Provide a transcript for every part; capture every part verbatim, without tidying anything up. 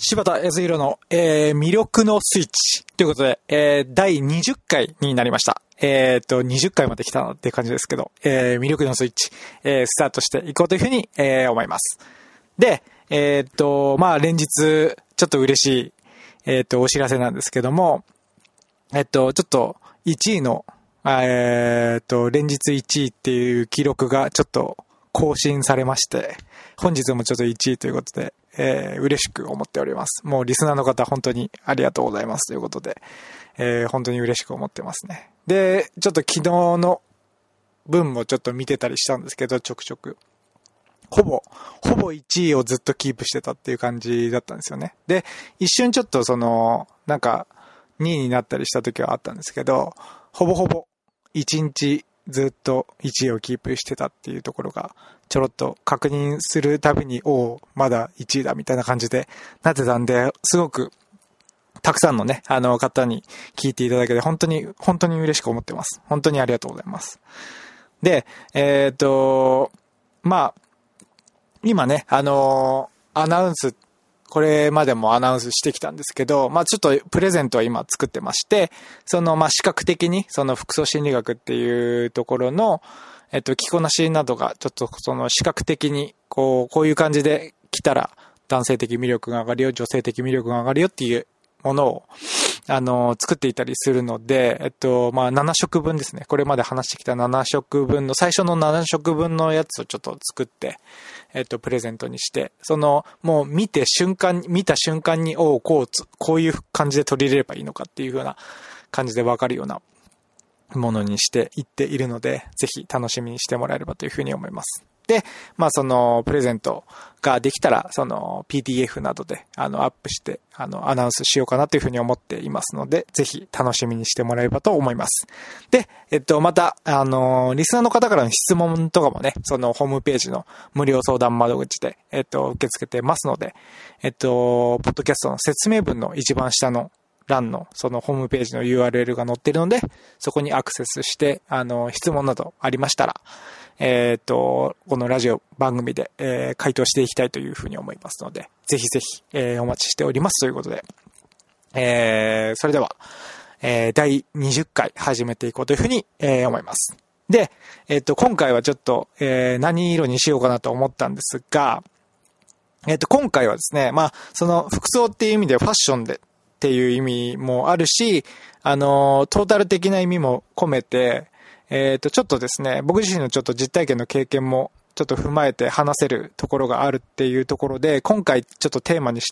柴田康弘の、えー、魅力のスイッチということで、えー、だいにじゅっかいになりました。えー、っと、にじゅっかいまで来たなっていう感じですけど、えー、魅力のスイッチ、えー、スタートしていこうというふうに、えー、思います。で、えー、っと、まあ、連日、ちょっと嬉しい、えー、っと、お知らせなんですけども、えっと、ちょっと、いちいの、えー、っと、連日いちいっていう記録がちょっと更新されまして、本日もちょっといちいということで、えー、嬉しく思っております。もうリスナーの方本当にありがとうございますということで、えー、本当に嬉しく思ってますね。で、ちょっと昨日の分もちょっと見てたりしたんですけど、ちょくちょく。ほぼ、ほぼいちいをずっとキープしてたっていう感じだったんですよね。で、一瞬ちょっとその、なんか、にいになったりした時はあったんですけど、ほぼほぼいちにちずっといちいをキープしてたっていうところがちょろっと確認するたびに、おーまだいちいだみたいな感じでなってたんで、すごくたくさんのね、あの方に聞いていただけて本当に本当に嬉しく思ってます。本当にありがとうございます。で、えっとまあ今ね、あのアナウンスこれまでもアナウンスしてきたんですけど、まあちょっとプレゼントを今作ってまして、そのまあ視覚的にその服装心理学っていうところのえっと着こなしなどがちょっとその視覚的にこうこういう感じで着たら男性的魅力が上がるよ、女性的魅力が上がるよっていうものをあの作っていたりするので、えっとまあななしょくぶんですね。これまで話してきたななしょくぶんの最初のななしょくぶんのやつをちょっと作って。えっと、プレゼントにして、その、もう見て瞬間、見た瞬間に、おう、こう、こういう感じで取り入れればいいのかっていう風な感じでわかるようなものにしていっているので、ぜひ楽しみにしてもらえればという風に思います。で、まあその、プレゼントができたら、その、ピーディーエフ などで、あの、アップして、あの、アナウンスしようかなという風に思っていますので、ぜひ楽しみにしてもらえればと思います。で、えっと、また、あの、リスナーの方からの質問とかもね、その、ホームページの無料相談窓口で、えっと、受け付けてますので、えっと、ポッドキャストの説明文の一番下の欄のそのホームページの ユーアールエル が載っているので、そこにアクセスして、あの、質問などありましたら、えっと、このラジオ番組で、えー、回答していきたいというふうに思いますので、ぜひぜひ、えー、お待ちしておりますということで、えー、それでは、えー、だいにじゅっかい始めていこうというふうに、えー、思います。で、えっと、今回はちょっと、えー、何色にしようかなと思ったんですが、えっと、今回はですね、まあ、その服装っていう意味でファッションでっていう意味もあるし、あの、トータル的な意味も込めて、えっと、ちょっとですね、僕自身のちょっと実体験の経験もちょっと踏まえて話せるところがあるっていうところで、今回ちょっとテーマにした、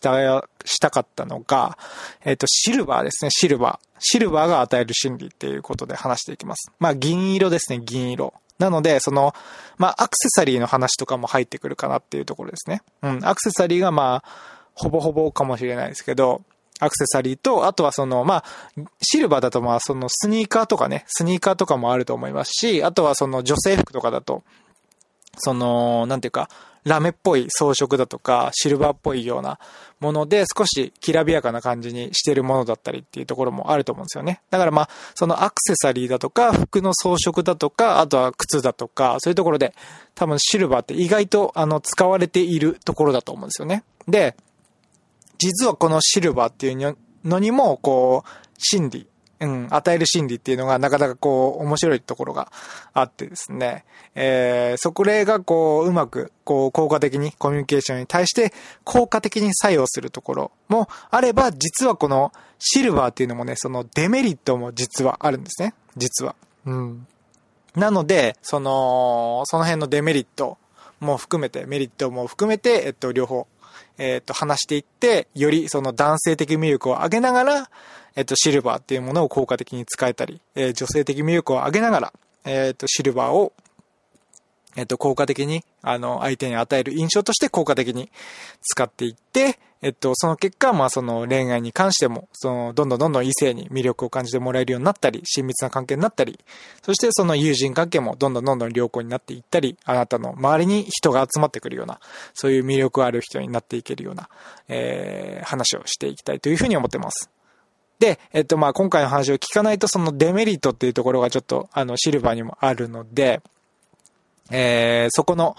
したかったのが、えっと、シルバーですね、シルバー。シルバーが与える心理っていうことで話していきます。まあ、銀色ですね、銀色。なので、その、まあ、アクセサリーの話とかも入ってくるかなっていうところですね。うん、アクセサリーがまあ、ほぼほぼかもしれないですけど、アクセサリーと、あとはその、まあ、シルバーだとまあ、そのスニーカーとかね、スニーカーとかもあると思いますし、あとはその女性服とかだと、その、なんていうか、ラメっぽい装飾だとか、シルバーっぽいようなもので、少しきらびやかな感じにしているものだったりっていうところもあると思うんですよね。だからまあ、そのアクセサリーだとか、服の装飾だとか、あとは靴だとか、そういうところで、多分シルバーって意外と、あの、使われているところだと思うんですよね。で、実はこのシルバーっていうのにも、こう、心理、うん、与える心理っていうのがなかなかこう、面白いところがあってですね、えー、そこがこう、うまく、こう、効果的にコミュニケーションに対して効果的に作用するところもあれば、実はこのシルバーっていうのもね、そのデメリットも実はあるんですね、実は。うん。なので、その、その辺のデメリットも含めて、メリットも含めて、えっと、両方、えっと、話していって、よりその男性的魅力を上げながら、えっと、シルバーっていうものを効果的に使えたり、えー、女性的魅力を上げながら、えっと、シルバーを、えっと、効果的に、あの、相手に与える印象として効果的に使っていって、えっと、その結果、まあ、その恋愛に関しても、その、どんどんどんどん異性に魅力を感じてもらえるようになったり、親密な関係になったり、そしてその友人関係もどんどんどんどん良好になっていったり、あなたの周りに人が集まってくるような、そういう魅力ある人になっていけるような、えー、話をしていきたいというふうに思ってます。で、えっと、まあ、今回の話を聞かないと、そのデメリットっていうところがちょっと、あの、シルバーにもあるので、えー、そこの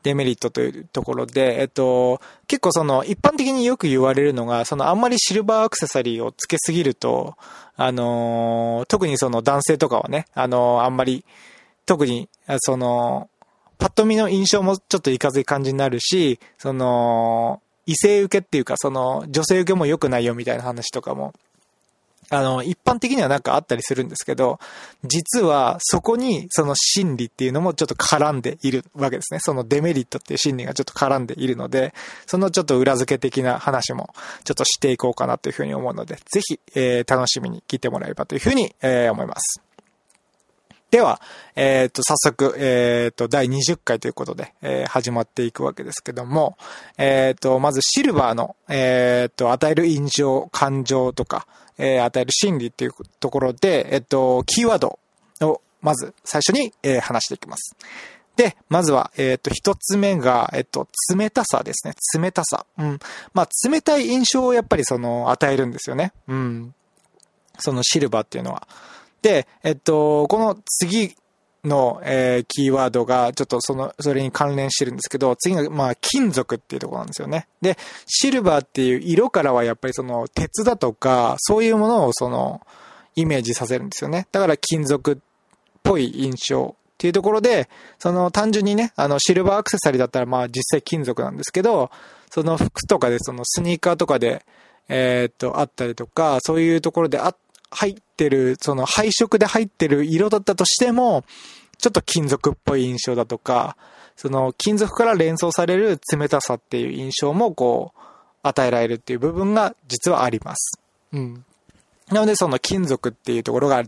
デメリットというところで、えっと、結構その、一般的によく言われるのが、その、あんまりシルバーアクセサリーをつけすぎると、あのー、特にその男性とかはね、あのー、あんまり、特に、その、パッと見の印象もちょっといかずい感じになるし、その、異性受けっていうか、その、女性受けも良くないよみたいな話とかも、あの、一般的にはなんかあったりするんですけど、実はそこにその心理っていうのもちょっと絡んでいるわけですね。そのデメリットっていう心理がちょっと絡んでいるので、そのちょっと裏付け的な話もちょっとしていこうかなというふうに思うので、ぜひ、えー、楽しみに聞いてもらえればというふうに、えー、思います。では、えっと、早速、えっと、だいにじゅっかいということで、えー、始まっていくわけですけども、えっと、まずシルバーの、えっと、与える印象、感情とか、えー、与える心理っていうところで、えっと、キーワードを、まず最初に、えー、話していきます。で、まずは、えっと、一つ目が、えっと、冷たさですね。冷たさ。うん。まあ、冷たい印象をやっぱりその、与えるんですよね。うん。そのシルバーっていうのは。で、えっと、この次の、えー、キーワードが、ちょっとその、それに関連してるんですけど、次が、まあ、金属っていうところなんですよね。で、シルバーっていう色からはやっぱりその、鉄だとか、そういうものをその、イメージさせるんですよね。だから金属っぽい印象っていうところで、その、単純にね、あの、シルバーアクセサリーだったら、まあ、実際金属なんですけど、その服とかで、その、スニーカーとかで、えー、っと、あったりとか、そういうところであ、入ってる、その配色で入ってる色だったとしても、ちょっと金属っぽい印象だとか、その金属から連想される冷たさっていう印象もこう、与えられるっていう部分が実はあります。うん。なのでその金属っていうところがあって、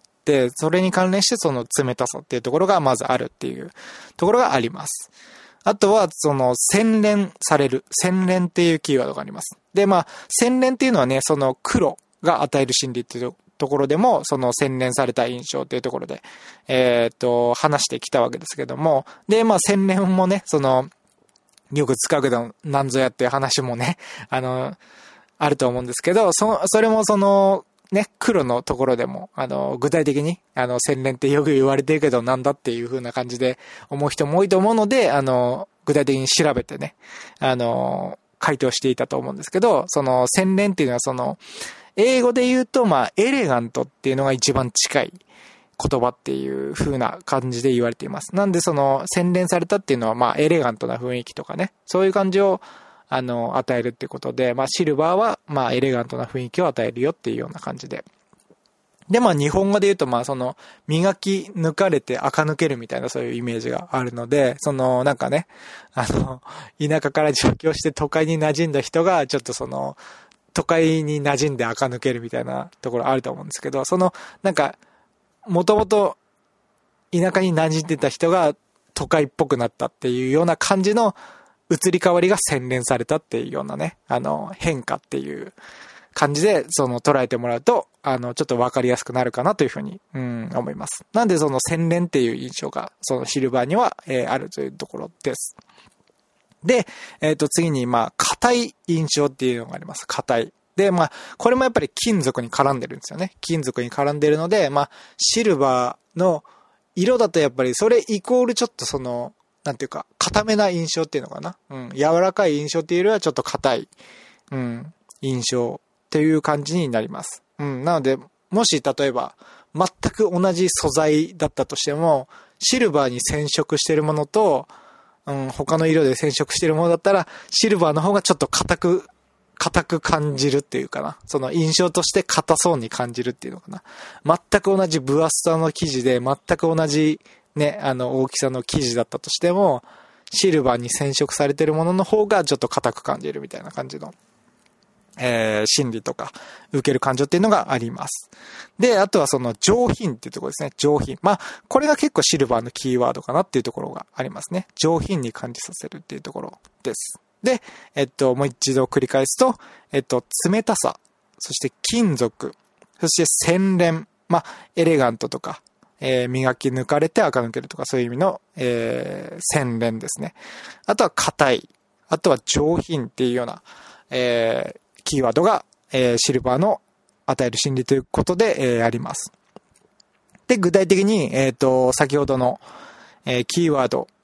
それに関連してその冷たさっていうところがまずあるっていうところがあります。あとは、その、洗練される。洗練っていうキーワードがあります。で、まあ、洗練っていうのはね、その黒が与える心理っていうところでも、その洗練された印象っていうところで、えっと、話してきたわけですけども、で、まあ、洗練もね、その、よく使うけど、なんぞやっていう話もね、あの、あると思うんですけど、そ、それもその、ね、黒のところでも、あの、具体的に、あの、洗練ってよく言われてるけど、なんだっていう風な感じで思う人も多いと思うので、あの、具体的に調べてね、あの、回答していたと思うんですけど、その、洗練っていうのはその、英語で言うと、まあ、エレガントっていうのが一番近い言葉っていう風な感じで言われています。なんでその、洗練されたっていうのは、まあ、エレガントな雰囲気とかね、そういう感じを、あの、与えるってことで、まあ、シルバーは、まあ、エレガントな雰囲気を与えるよっていうような感じで。で、まあ、日本語で言うと、まあ、その、磨き抜かれて垢抜けるみたいなそういうイメージがあるので、その、なんかね、あの、田舎から上京して都会に馴染んだ人が、ちょっとその、都会に馴染んで垢抜けるみたいなところあると思うんですけど、その、なんか、もともと田舎に馴染んでた人が都会っぽくなったっていうような感じの移り変わりが洗練されたっていうようなね、あの、変化っていう感じで、その、捉えてもらうと、あの、ちょっとわかりやすくなるかなというふうに、うん、思います。なんでその洗練っていう印象が、そのシルバーには、えー、あるというところです。で、えっと、次に、まあ、硬い印象っていうのがあります。硬い。で、まあ、これもやっぱり金属に絡んでるんですよね。金属に絡んでるので、まあ、シルバーの色だとやっぱりそれイコールちょっとその、なんていうか、硬めな印象っていうのかな。うん。柔らかい印象っていうよりはちょっと硬い、うん、印象っていう感じになります。うん。なので、もし例えば、全く同じ素材だったとしても、シルバーに染色してるものと、うん、他の色で染色してるものだったら、シルバーの方がちょっと硬く、硬く感じるっていうかな。その印象として硬そうに感じるっていうのかな。全く同じ分厚さの生地で、全く同じね、あの大きさの生地だったとしても、シルバーに染色されてるものの方がちょっと硬く感じるみたいな感じの、えー、心理とか、受ける感情っていうのがあります。で、あとはその上品っていうところですね。上品。まあ、これが結構シルバーのキーワードかなっていうところがありますね。上品に感じさせるっていうところです。で、えっと、もう一度繰り返すと、えっと、冷たさ、そして金属、そして洗練、まあ、エレガントとか、えー、磨き抜かれて垢抜けるとか、そういう意味の、えー、洗練ですね。あとは硬い、あとは上品っていうような、えー、キーワードが、えー、シルバーの与える心理ということで、えー、あります。で、具体的に、えっと、先ほどの、えー、キーワード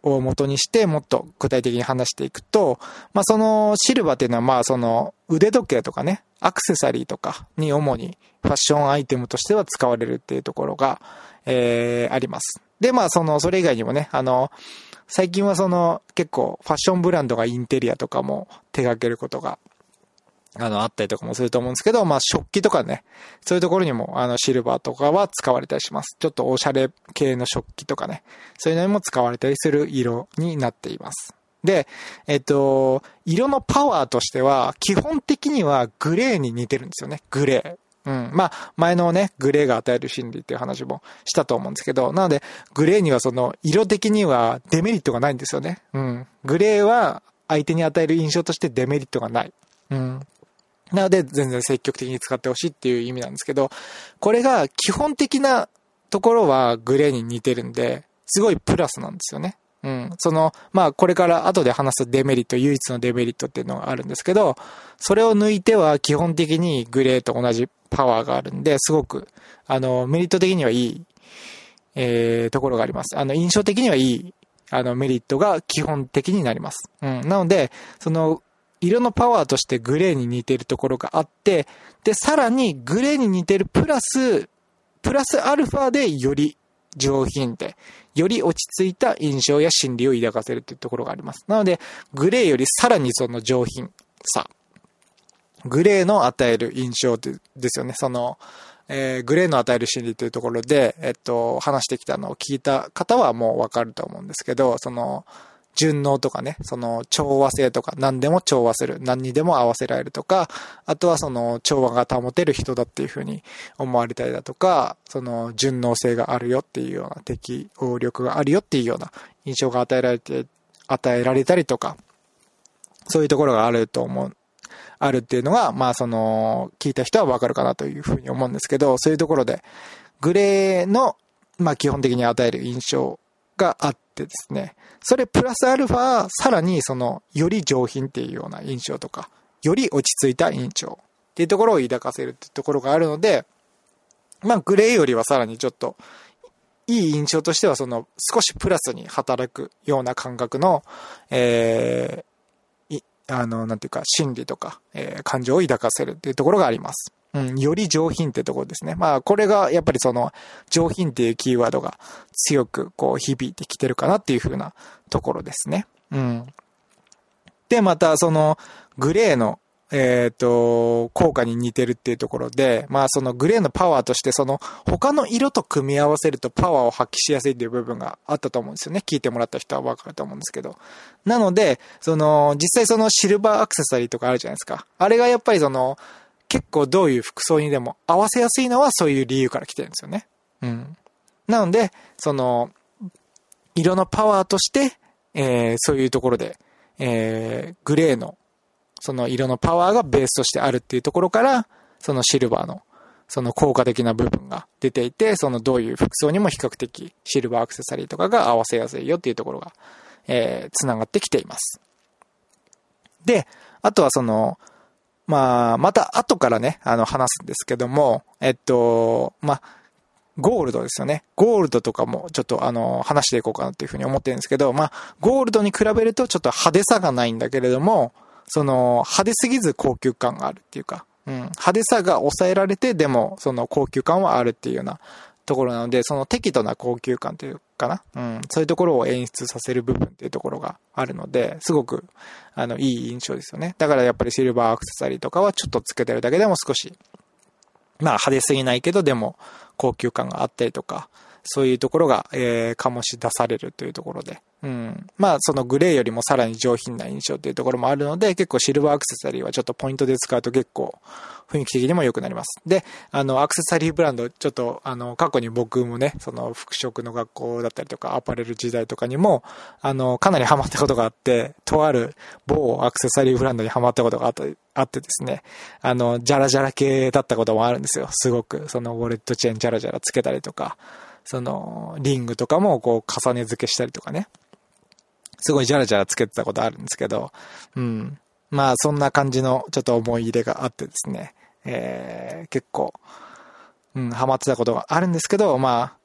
を元にしてもっと具体的に話していくと、まあそのシルバーっていうのはまあその腕時計とかね、アクセサリーとかに主にファッションアイテムとしては使われるっていうところが、えー、あります。で、まあその、それ以外にもね、あの、最近はその結構ファッションブランドがインテリアとかも手掛けることがあの、あったりとかもすると思うんですけど、まあ、食器とかね、そういうところにも、あの、シルバーとかは使われたりします。ちょっとおしゃれ系の食器とかね、そういうのにも使われたりする色になっています。で、えっと、色のパワーとしては、基本的にはグレーに似てるんですよね。グレー。うん。まあ、前のね、グレーが与える心理っていう話もしたと思うんですけど、なので、グレーにはその、色的にはデメリットがないんですよね。うん。グレーは相手に与える印象としてデメリットがない。うん。なので、全然積極的に使ってほしいっていう意味なんですけど、これが基本的なところはグレーに似てるんで、すごいプラスなんですよね。うん。その、まあ、これから後で話すデメリット、唯一のデメリットっていうのがあるんですけど、それを抜いては基本的にグレーと同じパワーがあるんで、すごく、あの、メリット的にはいい、えー、ところがあります。あの、印象的にはいい、あの、メリットが基本的になります。うん。なので、その、色のパワーとしてグレーに似てるところがあって、で、さらにグレーに似てるプラス、プラスアルファでより上品で、より落ち着いた印象や心理を抱かせるというところがあります。なので、グレーよりさらにその上品さ、グレーの与える印象ですよね。その、えー、グレーの与える心理というところで、えっと、話してきたのを聞いた方はもうわかると思うんですけど、その、順応とかね、その調和性とか何でも調和する、何にでも合わせられるとか、あとはその調和が保てる人だっていうふうに思われたりだとか、その順応性があるよっていうような適応力があるよっていうような印象が与えられて、与えられたりとか、そういうところがあると思う、あるっていうのが、まあその聞いた人はわかるかなというふうに思うんですけど、そういうところでグレーのまあ基本的に与える印象があってですね、それプラスアルファさらにそのより上品っていうような印象とか、より落ち着いた印象っていうところを抱かせるっていうところがあるので、まあグレーよりはさらにちょっといい印象としてはその少しプラスに働くような感覚の、えー、いあのなんていうか心理とか、えー、感情を抱かせるっていうところがあります。うん、より上品ってところですね。まあこれがやっぱりその上品っていうキーワードが強くこう響いてきてるかなっていう風なところですね。うん。でまたそのグレーのえっと効果に似てるっていうところで、まあそのグレーのパワーとしてその他の色と組み合わせるとパワーを発揮しやすいっていう部分があったと思うんですよね。聞いてもらった人はわかると思うんですけど。なのでその実際そのシルバーアクセサリーとかあるじゃないですか。あれがやっぱりその結構どういう服装にでも合わせやすいのはそういう理由から来てるんですよね。うん。なので、その、色のパワーとして、えー、そういうところで、えー、グレーの、その色のパワーがベースとしてあるっていうところから、そのシルバーの、その効果的な部分が出ていて、そのどういう服装にも比較的シルバーアクセサリーとかが合わせやすいよっていうところが、えー、つながってきています。で、あとはその、まあ、また後からね、あの、話すんですけども、えっと、まあ、ゴールドですよね。ゴールドとかもちょっとあの、話していこうかなっていうふうに思ってるんですけど、まあ、ゴールドに比べるとちょっと派手さがないんだけれども、その、派手すぎず高級感があるっていうか、うん、派手さが抑えられて、でも、その高級感はあるっていうようなところなので、その適度な高級感っていうかな、うん、そういうところを演出させる部分っていうところがあるので、すごく、あの、いい印象ですよね。だからやっぱりシルバーアクセサリーとかはちょっとつけてるだけでも少し、まあ派手すぎないけど、でも高級感があったりとか、そういうところが、えー、醸し出されるというところで、うん。まあ、そのグレーよりもさらに上品な印象というところもあるので、結構シルバーアクセサリーはちょっとポイントで使うと結構雰囲気的にも良くなります。で、あの、アクセサリーブランド、ちょっと、あの、過去に僕もね、その服飾の学校だったりとか、アパレル時代とかにも、あの、かなりハマったことがあって、とある某アクセサリーブランドにハマったことがあった、あってですね、あの、ジャラジャラ系だったこともあるんですよ。すごく、そのウォレットチェーンジャラジャラつけたりとか、その、リングとかもこう重ね付けしたりとかね。すごいジャラジャラつけてたことあるんですけど、うん。まあそんな感じのちょっと思い入れがあってですね、えー、結構、うん、ハマってたことがあるんですけど、まあ、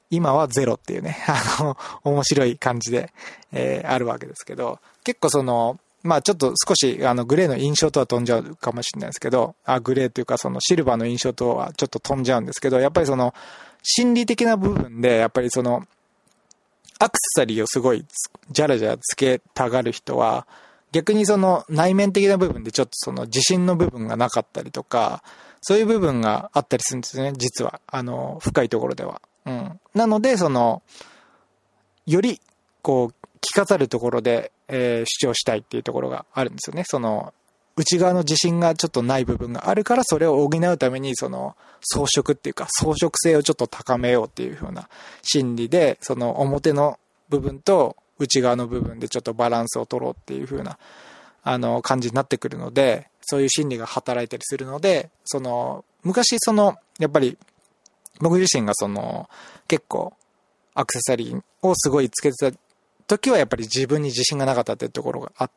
今はゼロっていうね、あの、面白い感じで、えー、あるわけですけど、結構その、まあちょっと少しあのグレーの印象とは飛んじゃうかもしれないですけど、あ、グレーというかそのシルバーの印象とはちょっと飛んじゃうんですけど、やっぱりその心理的な部分で、やっぱりそのアクセサリーをすごいジャラジャラつけたがる人は、逆にその内面的な部分でちょっとその自信の部分がなかったりとか、そういう部分があったりするんですよね、実は。あの、深いところでは。うん。なので、その、より、こう、着飾るところで、えー、主張したいっていうところがあるんですよね。その、内側の自信がちょっとない部分があるから、それを補うために、その、装飾っていうか、装飾性をちょっと高めようっていう風な心理で、その、表の部分と内側の部分でちょっとバランスを取ろうっていう風な、あの、感じになってくるので、そういう心理が働いたりするので、その、昔その、やっぱり、僕自身がその、結構、アクセサリーをすごいつけてた時はやっぱり自分に自信がなかったっていうところがあって、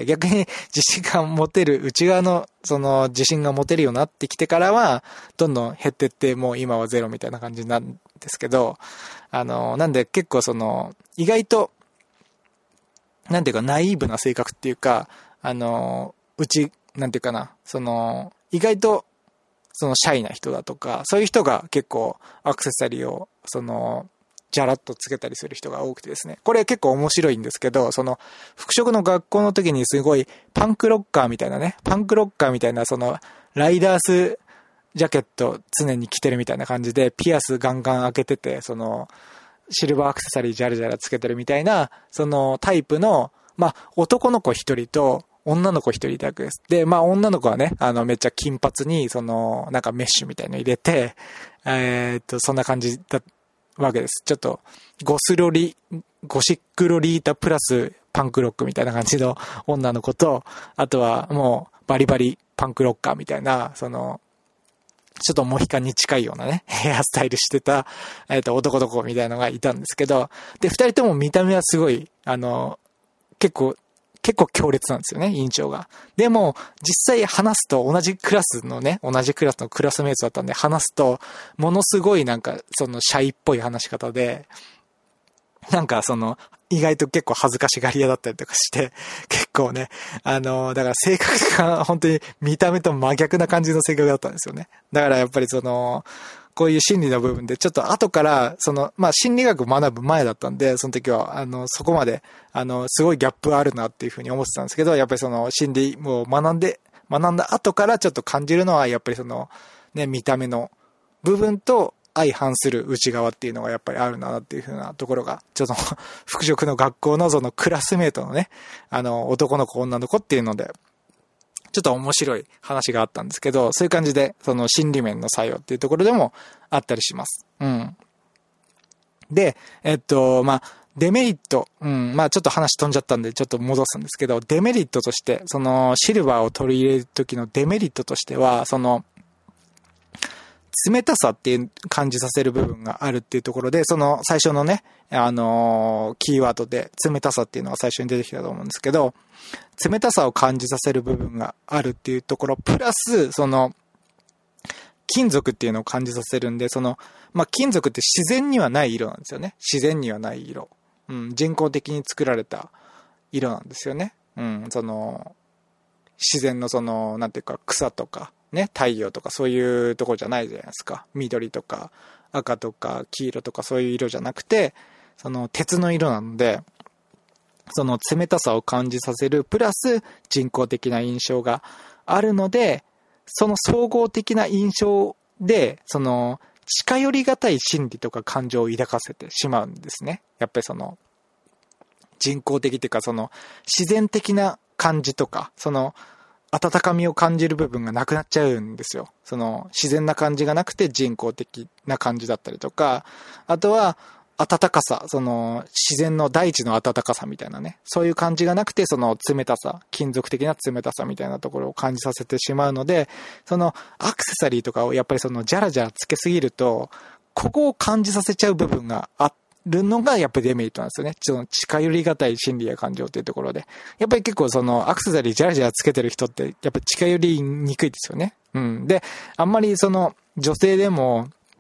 逆に自信が持てる、内側のその自信が持てるようになってきてからは、どんどん減ってって、もう今はゼロみたいな感じなんですけど、あの、なんで結構その、意外と、なんていうかナイーブな性格っていうか、あの、うち、なんていうかな、その、意外と、そのシャイな人だとか、そういう人が結構アクセサリーを、その、じゃらっとつけたりする人が多くてですね。これ結構面白いんですけど、その、服飾の学校の時にすごいパンクロッカーみたいなね、パンクロッカーみたいなその、ライダースジャケット常に着てるみたいな感じで、ピアスガンガン開けてて、その、シルバーアクセサリージャラジャラつけてるみたいな、そのタイプの、まあ、男の子一人と、女の子一人いたわけです。で、まあ女の子はね、あのめっちゃ金髪に、その、なんかメッシュみたいの入れて、えー、っと、そんな感じだわけです。ちょっと、ゴスロリ、ゴシックロリータプラスパンクロックみたいな感じの女の子と、あとはもうバリバリパンクロッカーみたいな、その、ちょっとモヒカンに近いようなね、ヘアスタイルしてた、えー、っと、男の子みたいなのがいたんですけど、で、二人とも見た目はすごい、あの、結構、結構強烈なんですよね、印象が。でも、実際話すと同じクラスのね、同じクラスのクラスメイトだったんで話すと、ものすごいなんか、そのシャイっぽい話し方で、なんかその、意外と結構恥ずかしがり屋だったりとかして、結構ね、あの、だから性格が本当に見た目と真逆な感じの性格だったんですよね。だからやっぱりその、こういう心理の部分で、ちょっと後から、その、まあ、心理学を学ぶ前だったんで、その時は、あの、そこまで、あの、すごいギャップあるなっていうふうに思ってたんですけど、やっぱりその、心理を学んで、学んだ後からちょっと感じるのは、やっぱりその、ね、見た目の部分と相反する内側っていうのがやっぱりあるなっていうふうなところが、ちょっと、服飾の学校のそのクラスメートのね、あの、男の子、女の子っていうので、ちょっと面白い話があったんですけど、そういう感じで、その心理面の作用っていうところでもあったりします。うん。で、えっと、まあ、デメリット、うん、まあちょっと話飛んじゃったんでちょっと戻すんですけど、デメリットとして、そのシルバーを取り入れる時のデメリットとしては、その、冷たさっていう感じさせる部分があるっていうところで、その最初のね、あのー、キーワードで冷たさっていうのが最初に出てきたと思うんですけど、冷たさを感じさせる部分があるっていうところ、プラス、その、金属っていうのを感じさせるんで、その、まあ、金属って自然にはない色なんですよね。自然にはない色。うん、人工的に作られた色なんですよね。うん、その、自然のその、なんていうか、草とか、ね、太陽とかそういうところじゃないじゃないですか。緑とか赤とか黄色とかそういう色じゃなくて、その鉄の色なので、その冷たさを感じさせるプラス人工的な印象があるので、その総合的な印象で、その近寄りがたい心理とか感情を抱かせてしまうんですね。やっぱりその人工的というか、その自然的な感じとか、その温かみを感じる部分がなくなっちゃうんですよ。その自然な感じがなくて人工的な感じだったりとか、あとは温かさ、その自然の大地の温かさみたいなね、そういう感じがなくて、その冷たさ、金属的な冷たさみたいなところを感じさせてしまうので、そのアクセサリーとかをやっぱりそのジャラジャラつけすぎると、ここを感じさせちゃう部分があって、るのがやっぱりデメリットなんですよね。その近寄りがたい心理や感情っていうところで。やっぱり結構そのアクセサリージャラジャラつけてる人ってやっぱり近寄りにくいですよね。うん。で、あんまりその女性でも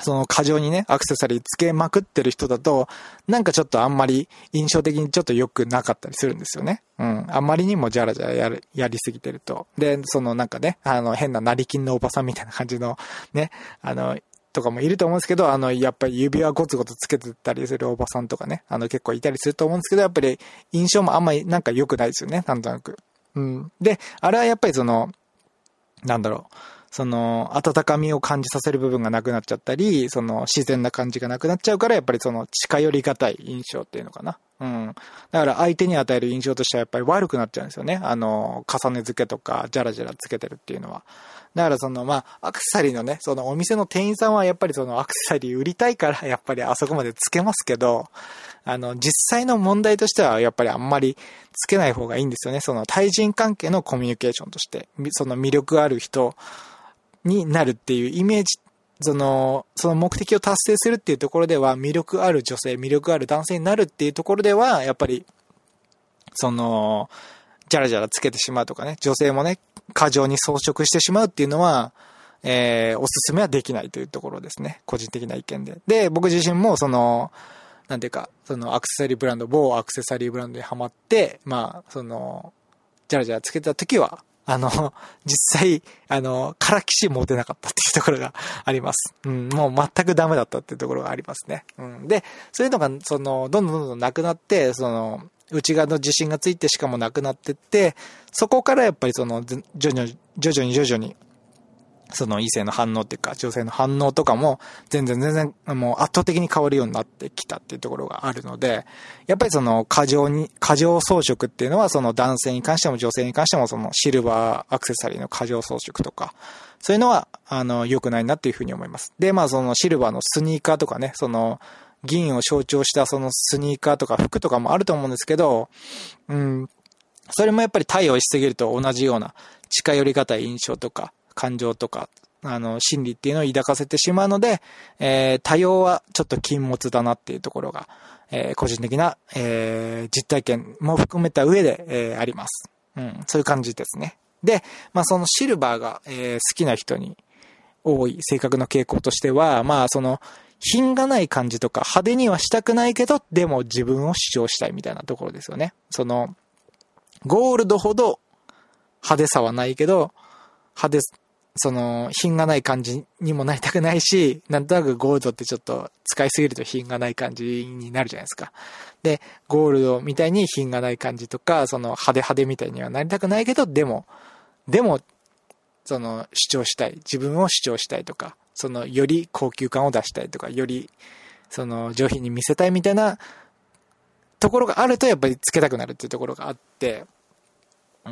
その過剰にね、アクセサリーつけまくってる人だと、なんかちょっとあんまり印象的にちょっと良くなかったりするんですよね。うん。あんまりにもジャラジャラやる、やりすぎてると。で、そのなんかね、あの変な成金のおばさんみたいな感じのね、あの、とかもいると思うんですけど、あの、やっぱり指輪ゴツゴツつけてたりするおばさんとかね、あの結構いたりすると思うんですけど、やっぱり印象もあんまりなんか良くないですよね、なんとなく。うん。で、あれはやっぱりその、なんだろう。その、温かみを感じさせる部分がなくなっちゃったり、その、自然な感じがなくなっちゃうから、やっぱりその、近寄りがたい印象っていうのかな。うん。だから相手に与える印象としてはやっぱり悪くなっちゃうんですよね。あの、重ね付けとか、ジャラジャラつけてるっていうのは。だからその、まあ、アクセサリーのね、そのお店の店員さんはやっぱりそのアクセサリー売りたいから、やっぱりあそこまでつけますけど、あの、実際の問題としてはやっぱりあんまりつけない方がいいんですよね。その対人関係のコミュニケーションとして、その魅力ある人、になるっていうイメージ、その、その目的を達成するっていうところでは、魅力ある女性、魅力ある男性になるっていうところでは、やっぱり、その、ジャラジャラつけてしまうとかね、女性もね、過剰に装飾してしまうっていうのは、えー、おすすめはできないというところですね。個人的な意見で。で、僕自身も、その、なんていうか、そのアクセサリーブランド、某アクセサリーブランドにハマって、まあ、その、ジャラジャラつけてた時は、あの、実際、あの、からきし持てなかったっていうところがあります。うん、もう全くダメだったっていうところがありますね。うん。で、そういうのが、その、どんどんどんどんなくなって、その、内側の自信がついてしかもなくなってって、そこからやっぱりその、徐々に、徐々に徐々に、その異性の反応っていうか、女性の反応とかも、全然全然、もう圧倒的に変わるようになってきたっていうところがあるので、やっぱりその過剰に、過剰装飾っていうのは、その男性に関しても女性に関しても、そのシルバーアクセサリーの過剰装飾とか、そういうのは、あの、良くないなっていうふうに思います。で、まあそのシルバーのスニーカーとかね、その、銀を象徴したそのスニーカーとか服とかもあると思うんですけど、うん、それもやっぱり対応しすぎると同じような近寄りがたい印象とか、感情とか、あの、心理っていうのを抱かせてしまうので、えー、多様はちょっと禁物だなっていうところが、えー、個人的な、えー、実体験も含めた上で、えー、あります。うん、そういう感じですね。で、まあそのシルバーが、えー、好きな人に多い性格の傾向としては、まあその、品がない感じとか派手にはしたくないけど、でも自分を主張したいみたいなところですよね。その、ゴールドほど派手さはないけど、派手、その、品がない感じにもなりたくないし、なんとなくゴールドってちょっと使いすぎると品がない感じになるじゃないですか。で、ゴールドみたいに品がない感じとか、その派手派手みたいにはなりたくないけど、でも、でも、その主張したい。自分を主張したいとか、そのより高級感を出したいとか、よりその上品に見せたいみたいなところがあるとやっぱりつけたくなるっていうところがあって、うん。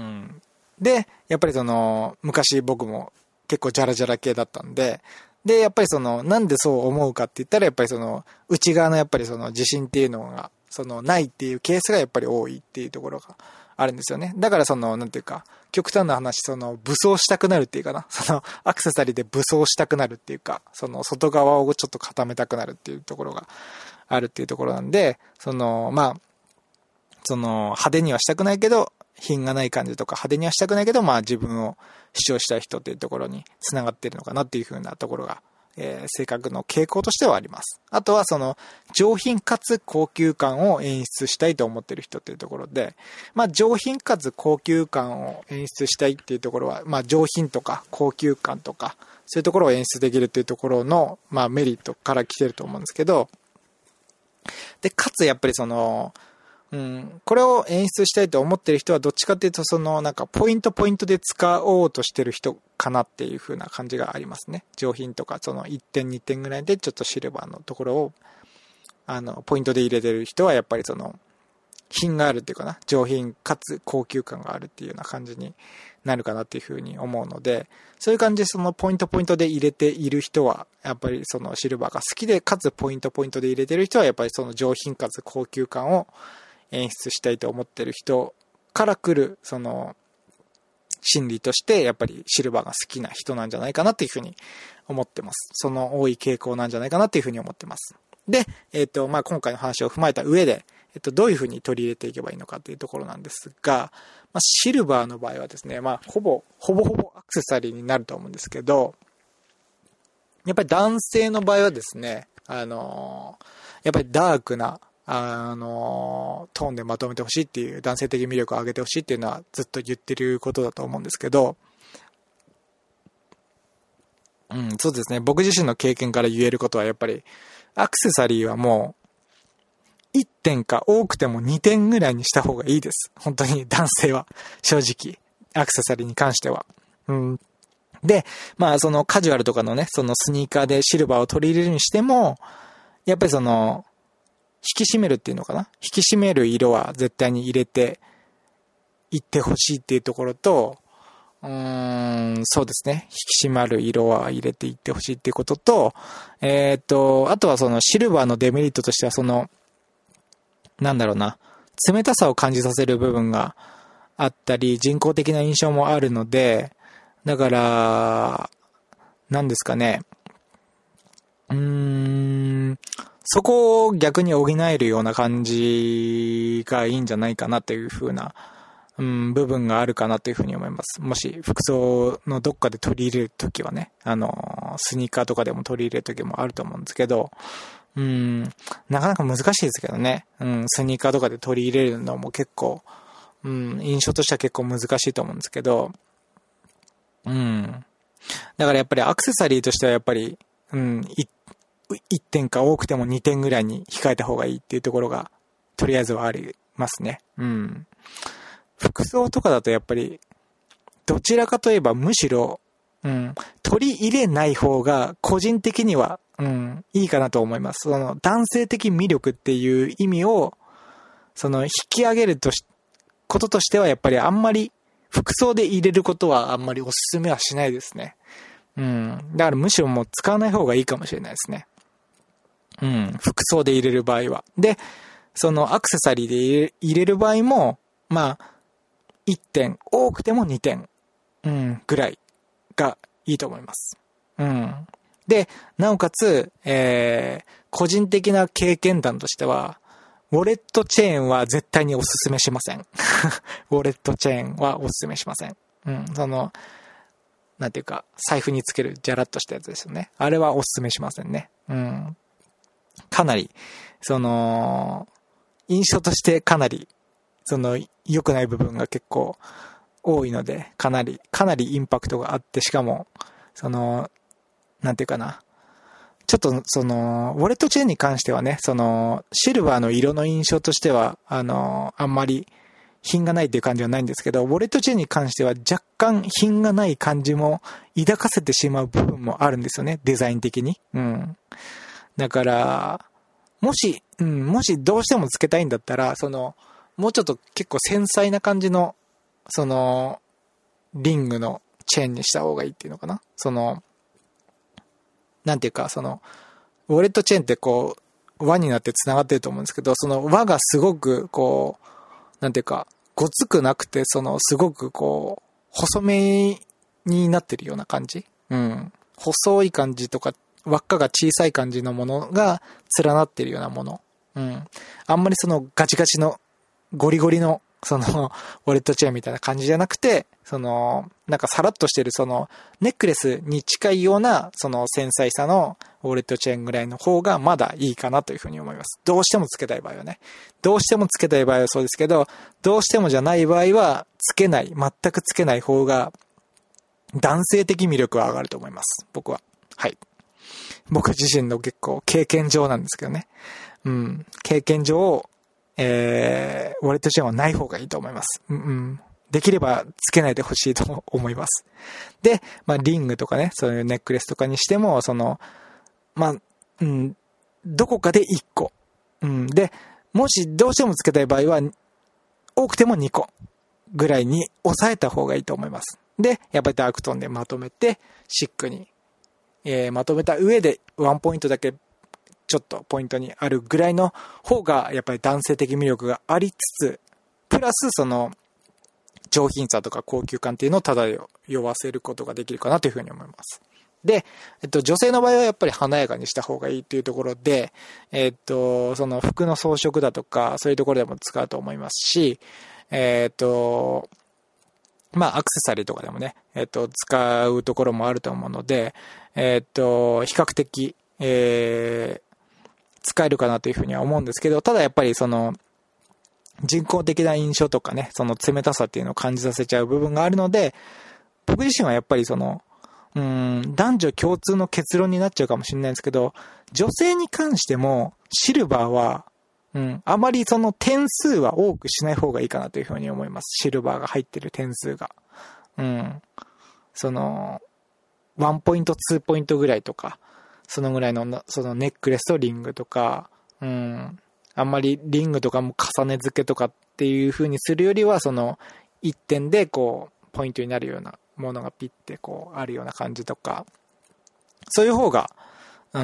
で、やっぱりその、昔僕も結構ジャラジャラ系だったんで、で、やっぱりその、なんでそう思うかって言ったら、やっぱりその、内側のやっぱりその自信っていうのが、その、ないっていうケースがやっぱり多いっていうところがあるんですよね。だからその、なんていうか、極端な話、その、武装したくなるっていうかな。その、アクセサリーで武装したくなるっていうか、その、外側をちょっと固めたくなるっていうところがあるっていうところなんで、その、まあ、その、派手にはしたくないけど、品がない感じとか派手にはしたくないけど、まあ自分を主張したい人っていうところに繋がっているのかなっていう風なところが、えー、性格の傾向としてはあります。あとはその上品かつ高級感を演出したいと思っている人っていうところで、まあ上品かつ高級感を演出したいっていうところは、まあ上品とか高級感とか、そういうところを演出できるっていうところの、まあメリットから来てると思うんですけど、で、かつやっぱりその、うん、これを演出したいと思ってる人はどっちかっていうとそのなんかポイントポイントで使おうとしてる人かなっていう風な感じがありますね。上品とかそのいってんにてんぐらいでちょっとシルバーのところをあのポイントで入れてる人はやっぱりその品があるっていうかな、上品かつ高級感があるっていうような感じになるかなっていう風に思うので、そういう感じでそのポイントポイントで入れている人はやっぱりそのシルバーが好きで、かつポイントポイントで入れてる人はやっぱりその上品かつ高級感を演出したいと思ってる人から来るその心理としてやっぱりシルバーが好きな人なんじゃないかなっていうふうに思ってます。その多い傾向なんじゃないかなっていうふうに思ってます。で、えっとまあ今回の話を踏まえた上で、えっとどういうふうに取り入れていけばいいのかっていうところなんですが、まあ、シルバーの場合はですね、まあほぼほぼほぼアクセサリーになると思うんですけど、 やっぱり男性の場合はですね、あのー、やっぱりダークな、あのー、トーンでまとめてほしいっていう、男性的魅力を上げてほしいっていうのはずっと言ってることだと思うんですけど、うん、そうですね。僕自身の経験から言えることはやっぱり、アクセサリーはもう、いってんか多くてもにてんぐらいにした方がいいです。本当に男性は。正直。アクセサリーに関しては。うん。で、まあそのカジュアルとかのね、そのスニーカーでシルバーを取り入れるにしても、やっぱりその、引き締めるっていうのかな？引き締める色は絶対に入れていってほしいっていうところと、うーん、そうですね。引き締まる色は入れていってほしいっていうことと、えっと、あとはそのシルバーのデメリットとしてはその、なんだろうな、冷たさを感じさせる部分があったり、人工的な印象もあるので、だから、なんですかね。うーん、そこを逆に補えるような感じがいいんじゃないかなという風な、うん、部分があるかなという風に思います。もし服装のどっかで取り入れるときはね、あの、スニーカーとかでも取り入れるときもあると思うんですけど、うん、なかなか難しいですけどね。うん、スニーカーとかで取り入れるのも結構、うん、印象としては結構難しいと思うんですけど、うん。だからやっぱりアクセサリーとしてはやっぱり、うん、いいってんか多くてもにてんぐらいに控えた方がいいっていうところが、とりあえずはありますね。うん。服装とかだとやっぱり、どちらかといえばむしろ、うん、取り入れない方が個人的には、うん、いいかなと思います。その男性的魅力っていう意味を、その引き上げるとし、こととしてはやっぱりあんまり服装で入れることはあんまりおすすめはしないですね。うん。だからむしろもう使わない方がいいかもしれないですね。うん。服装で入れる場合は。で、そのアクセサリーで入れ、入れる場合も、まあ、いってん、多くてもにてん、うん、ぐらいがいいと思います。うん。で、なおかつ、えー、個人的な経験談としては、ウォレットチェーンは絶対におすすめしません。ウォレットチェーンはおすすめしません。うん、その、なんていうか、財布につけるジャラッとしたやつですよね。あれはおすすめしませんね。うん。かなり、その、印象としてかなり、その、良くない部分が結構多いので、かなり、かなりインパクトがあって、しかも、その、なんていうかな。ちょっと、その、ウォレットチェーンに関してはね、その、シルバーの色の印象としては、あの、あんまり品がないっていう感じはないんですけど、ウォレットチェーンに関しては若干品がない感じも抱かせてしまう部分もあるんですよね、デザイン的に。うん。だから、もし、うん、もしどうしてもつけたいんだったら、その、もうちょっと結構繊細な感じの、その、リングのチェーンにした方がいいっていうのかな。その、なんていうか、その、ウォレットチェーンってこう、輪になって繋がってると思うんですけど、その輪がすごく、こう、なんていうか、ごつくなくて、その、すごくこう、細めになってるような感じ。うん。細い感じとか、輪っかが小さい感じのものが連なってるようなもの。うん。あんまりそのガチガチの、ゴリゴリの、その、ウォレットチェーンみたいな感じじゃなくて、その、なんかさらっとしてる、その、ネックレスに近いような、その繊細さのウォレットチェーンぐらいの方がまだいいかなというふうに思います。どうしてもつけたい場合はね。どうしてもつけたい場合はそうですけど、どうしてもじゃない場合は、つけない、全くつけない方が、男性的魅力は上がると思います。僕は。はい。僕自身の結構経験上なんですけどね。うん。経験上、えー、ウォレットチェーンはない方がいいと思います。うん、うん。できればつけないでほしいと思います。で、まあ、リングとかね、そういうネックレスとかにしても、その、まあ、うん、どこかでいっこ。うん。で、もしどうしてもつけたい場合は、多くてもにこぐらいに抑えた方がいいと思います。で、やっぱりダークトーンでまとめて、シックに、えー、まとめた上で、ワンポイントだけ、ちょっとポイントにあるぐらいの方が、やっぱり男性的魅力がありつつ、プラスその、上品さとか高級感っていうのを漂わせることができるかなというふうに思います。で、えっと、女性の場合はやっぱり華やかにした方がいいっていうところで、えっと、その服の装飾だとか、そういうところでも使うと思いますし、えっと、 まあ、アクセサリーとかでもね、えっと、使うところもあると思うので、えっと、比較的、えー、使えるかなというふうには思うんですけど、ただやっぱりその、人工的な印象とかね、その冷たさっていうのを感じさせちゃう部分があるので、僕自身はやっぱりその、うーん、男女共通の結論になっちゃうかもしれないんですけど、女性に関しても、シルバーは、うん、あまりその点数は多くしない方がいいかなというふうに思います。シルバーが入ってる点数が。うん。その、ワンポイント、ツーポイントぐらいとか、そのぐらいの、そのネックレスとリングとか、うん。あんまりリングとかも重ね付けとかっていう風にするよりは、その、一点でこう、ポイントになるようなものがピッてこう、あるような感じとか、そういう方が、うん、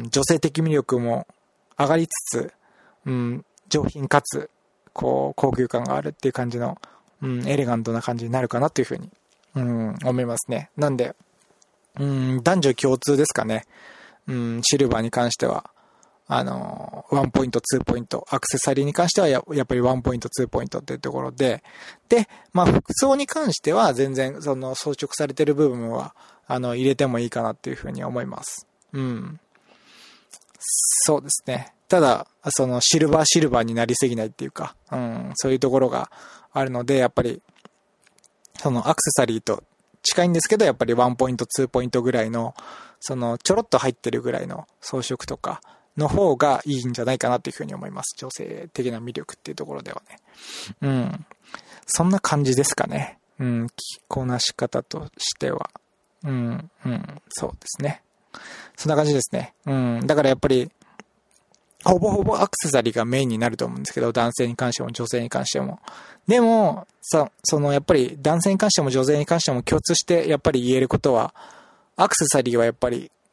女性的魅力も上がりつつ、うん、上品かつ、こう、高級感があるっていう感じの、うん、エレガントな感じになるかなというふうに、うん、思いますね。なんで、うん、男女共通ですかね。うん、シルバーに関しては、あの、ワンポイント、ツーポイント、アクセサリーに関してはや、やっぱりワンポイント、ツーポイントっていうところで、で、まあ、服装に関しては全然、その、装飾されてる部分は、あの、入れてもいいかなっていうふうに思います。うん。そうですね。ただ、そのシルバーシルバーになりすぎないっていうか、うん、そういうところがあるので、やっぱり、そのアクセサリーと近いんですけど、やっぱりワンポイント、ツーポイントぐらいの、そのちょろっと入ってるぐらいの装飾とかの方がいいんじゃないかなっていうふうに思います。女性的な魅力っていうところではね。うん。そんな感じですかね。うん、着こなし方としては。うん、うん、そうですね。そんな感じですね。うん。だからやっぱり、ほぼほぼアクセサリーがメインになると思うんですけど、男性に関しても女性に関しても。でも、さ、そのやっぱり男性に関しても女性に関しても共通してやっぱり言えることは、アクセサリーはやっぱり、うん、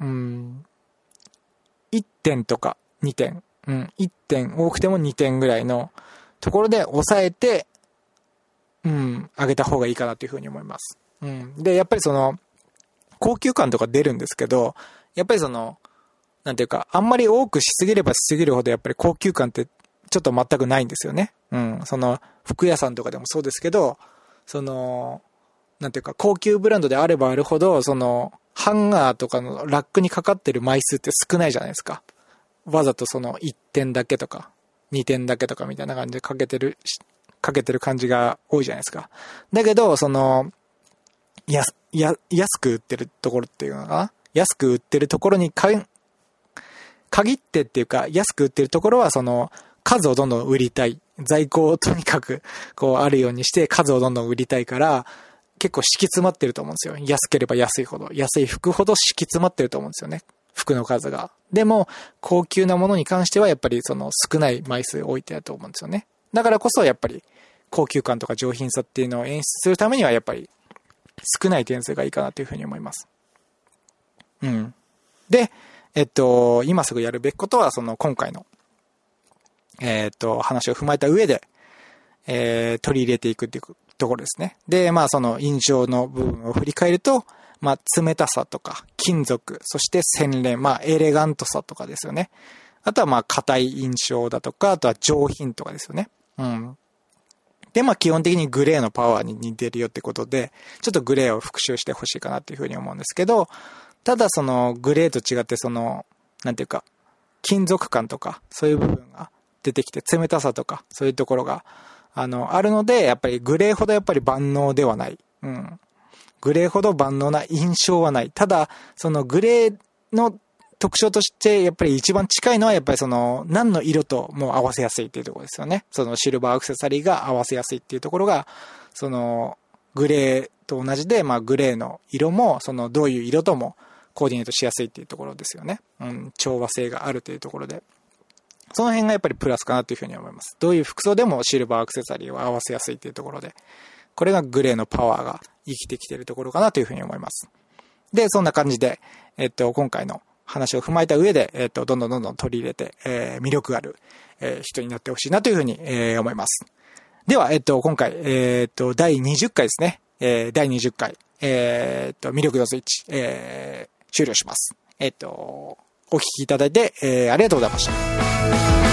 いってんとかにてん、うん、いってん多くてもにてんぐらいのところで抑えて、うん、上げた方がいいかなというふうに思います。うん。で、やっぱりその、高級感とか出るんですけど、やっぱりその、なんていうか、あんまり多くしすぎればしすぎるほどやっぱり高級感ってちょっと全くないんですよね。うん。その、服屋さんとかでもそうですけど、その、なんていうか、高級ブランドであればあるほど、その、ハンガーとかのラックにかかってる枚数って少ないじゃないですか。わざとそのいってんだけとか、にてんだけとかみたいな感じでかけてる、かけてる感じが多いじゃないですか。だけど、その、や、や、安く売ってるところっていうのかな、安く売ってるところにか、限ってっていうか、安く売ってるところはその、数をどんどん売りたい。在庫をとにかく、こうあるようにして数をどんどん売りたいから、結構敷き詰まってると思うんですよ。安ければ安いほど。安い服ほど敷き詰まってると思うんですよね。服の数が。でも、高級なものに関してはやっぱりその少ない枚数置いてあると思うんですよね。だからこそやっぱり、高級感とか上品さっていうのを演出するためにはやっぱり、少ない点数がいいかなというふうに思います。うん。で、えっと、今すぐやるべきことは、その今回の、えっと、話を踏まえた上で、えー、取り入れていくっていうところですね。で、まあその印象の部分を振り返ると、まあ冷たさとか、金属、そして洗練、まあエレガントさとかですよね。あとはまあ硬い印象だとか、あとは上品とかですよね。うん。で、まあ基本的にグレーのパワーに似てるよってことで、ちょっとグレーを復習してほしいかなっていうふうに思うんですけど、ただそのグレーと違ってその、なんていうか、金属感とか、そういう部分が出てきて、冷たさとか、そういうところが、あの、あるので、やっぱりグレーほどやっぱり万能ではない。うん。グレーほど万能な印象はない。ただ、そのグレーの特徴として、やっぱり一番近いのは、やっぱりその、何の色とも合わせやすいっていうところですよね。そのシルバーアクセサリーが合わせやすいっていうところが、その、グレーと同じで、まあグレーの色も、その、どういう色ともコーディネートしやすいっていうところですよね。うん、調和性があるというところで。その辺がやっぱりプラスかなというふうに思います。どういう服装でもシルバーアクセサリーを合わせやすいというところで、これがグレーのパワーが生きてきているところかなというふうに思います。で、そんな感じで、えっと、今回の話を踏まえた上で、えっと、どんどんどんどん取り入れて、えー、魅力ある、えー、人になってほしいなというふうに、えー、思います。では、えっと、今回、えー、っと、だいにじゅっかいですね。えー、だいにじゅっかい、えー、っと、魅力のスイッチ、えー、終了します。えっと、お聞きいただいて、えー、ありがとうございました。